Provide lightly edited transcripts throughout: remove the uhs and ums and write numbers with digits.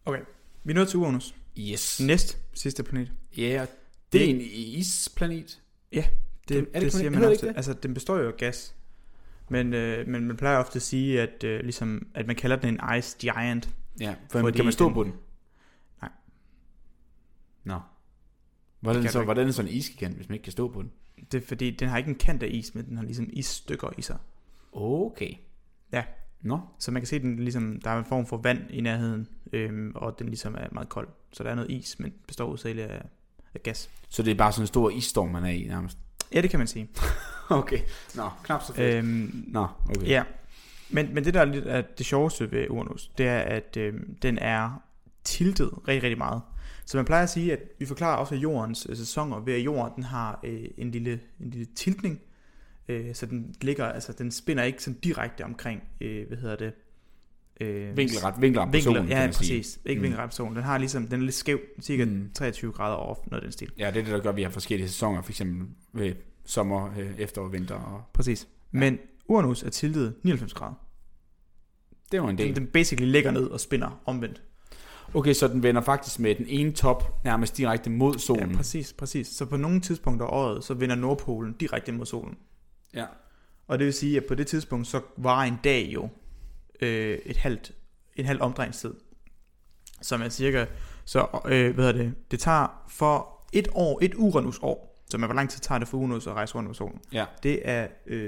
Okay, vi er nået til Uranus. Yes. Næst sidste planet. Ja, det er en isplanet. Ja, det siger man ofte. Altså, den består jo af gas. Men man plejer ofte at sige, at, ligesom, at man kalder den en ice giant. Ja, for kan man stå på den? Nej. Nå. Hvordan er den så en isgigant, hvis man ikke kan stå på den? Det er fordi, den har ikke en kant af is, men den har ligesom isstykker i sig. Okay. Ja. Nå. Så man kan se, at den ligesom, der er en form for vand i nærheden, og den ligesom er meget kold. Så der er noget is, men består hovedsageligt af gas. Så det er bare sådan en stor isstorm, man er i nærmest? Ja, det kan man sige. Okay. Nå, knap så fedt. Nå, okay. Ja. Men det der er lidt af det sjoveste ved Uranus, det er, at den er tiltet rigtig, rigtig meget. Så man plejer at sige, at vi forklarer også jordens sæsoner ved, at jorden den har en lille tiltning. Så den ligger, altså den spinner ikke sådan direkte omkring, Vinkelret på solen, ja, præcis. Ikke vinkelret på solen. Den har ligesom, den er lidt skæv, cirka 23 grader off, noget af den stil. Ja, det er det, der gør, at vi har forskellige sæsoner, for eksempel ved sommer, efterår, vinter. Og... Præcis. Men Uranus er tiltet 99 grader. Det var en del. Den basically ligger ned og spinner omvendt. Okay, så den vender faktisk med den ene top nærmest direkte mod solen. Ja, præcis. Så på nogle tidspunkter af året, så vender Nordpolen direkte mod solen. Ja. Og det vil sige, at på det tidspunkt, så var en dag jo en halv omdrejningstid. Som er cirka, så det tager for et Uranus-år, så hvor lang tid tager det for Uranus at rejse rundt om solen? Ja. Det er,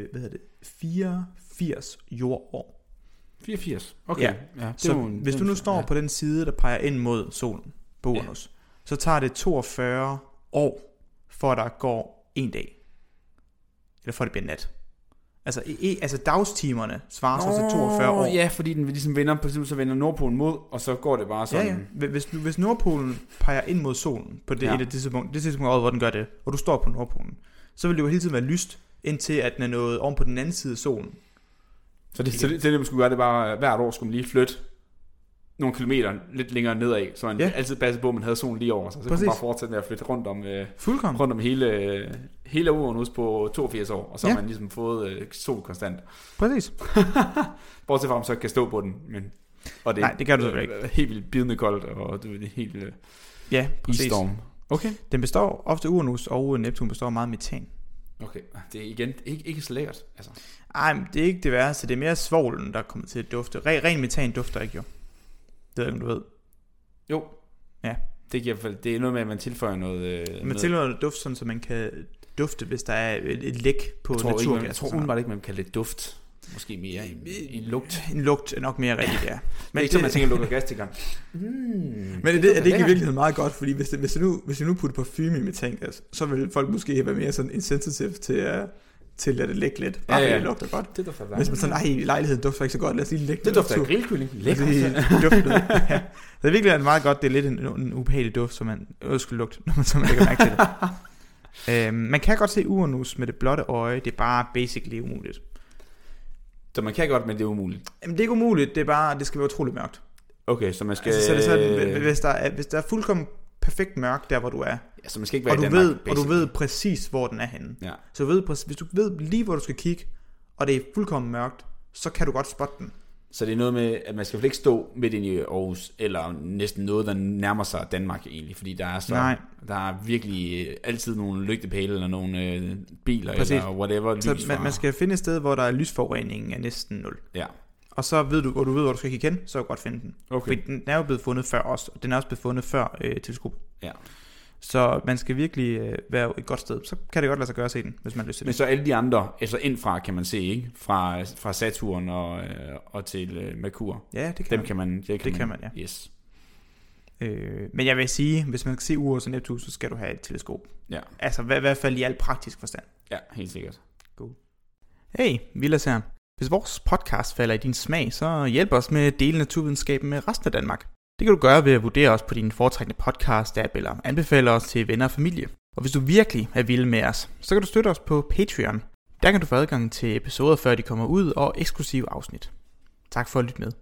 84 jordår. 84? Okay. Ja. Så hvis du nu står på den side, der peger ind mod solen på Uranus, så tager det 42 år, for der går en dag. Eller for det bliver nat. Altså dagstimerne svarer så til 42 år. Ja, fordi den ligesom vender, så vender Nordpolen mod, og så går det bare sådan. Ja. Hvis Nordpolen peger ind mod solen på det, et af det tidspunkt af året, hvor den gør det, og du står på Nordpolen, så vil det jo hele tiden være lyst, indtil at den er nået oven på den anden side af solen. Så det man skulle gøre, det bare hvert år skulle man lige flytte nogle kilometer lidt længere nedad, så man altid passede på, at man havde solen lige over sig. Så kunne man bare fortsætte med at flytte rundt om hele Uranus på 82 år, og så har man ligesom fået sol konstant. Præcis. Bortset fra, at man så kan stå på den. Og det, nej, det kan du ikke. Helt vildt bidende koldt, og det er helt isstorm. Okay. Den består ofte, Uranus og Neptun består meget af metan. Okay, det er igen ikke så lækkert. Altså. Ej, men det er ikke det værste. Det er mere svovlen, der kommer til at dufte. Ren metan dufter ikke jo. Det ved jeg ikke, om du ved. Jo. Ja. Det er noget med, at man tilføjer noget... Man tilføjer noget duft, sådan, så man kan dufte, hvis der er et læk på naturgas. Jeg tror umiddelbart ikke, man kan kalde det duft. Måske mere en lugt. En lugt er nok mere rigtigt, ja. Men det er ikke så, man tænker, at lukker gas til gang. Men er det ikke i virkeligheden meget godt, fordi hvis du nu putter parfume i metangas, så vil folk måske være mere sådan insensitive til at lade det lægge lidt. Bare det lugter godt. Det dufter hvis man sådan, i lejligheden dufter ikke så godt, lad os lige lægge det. Det dufter af grillkylling. Lækkert. Ja. Det er virkelig meget godt, det er lidt en ubehagelig duft, som man skal lugte, når man lægger mærke til det. Man kan godt se Uranus med det blotte øje, det er bare basically umuligt. Så man kan godt, men det er umuligt? Jamen det er ikke umuligt, det er bare, det skal være utroligt mørkt. Okay, så man skal... Altså, så er det sådan, hvis der er fuldkommen perfekt mørkt der, hvor du er, ja, så man skal ikke være i Danmark, og du ved præcis, hvor den er henne. Ja. Så hvis du ved lige, hvor du skal kigge, og det er fuldkommen mørkt, så kan du godt spotte den. Så det er noget med, at man skal ikke stå midt inde i Aarhus, eller næsten noget, der nærmer sig Danmark egentlig, fordi der er virkelig altid nogle lygtepæle, eller nogle biler, præcis. Eller whatever. Så man skal finde et sted, hvor der er lysforureningen af næsten 0. Ja. Og så ved du, hvor du skal kigge hen, så kan du godt finde den. Okay. Fordi den er jo blevet fundet før os, og den er også blevet fundet før teleskop. Ja. Så man skal virkelig være et godt sted. Så kan det godt lade sig gøre at se den, hvis man har lyst til det. Men så alle de andre, altså indfra kan man se, ikke? Fra Saturn og til Merkur. Ja, det kan man. Det kan man, ja. Yes. Men jeg vil sige, hvis man skal se Uranus og Neptun, så skal du have et teleskop. Ja. Altså i hvert fald i al praktisk forstand. Ja, helt sikkert. God. Hey, Vilas her. Hvis vores podcast falder i din smag, så hjælp os med at dele naturvidenskaben med resten af Danmark. Det kan du gøre ved at vurdere os på din foretrækkende podcast-app eller anbefale os til venner og familie. Og hvis du virkelig er vild med os, så kan du støtte os på Patreon. Der kan du få adgang til episoder, før de kommer ud, og eksklusive afsnit. Tak for at lytte med.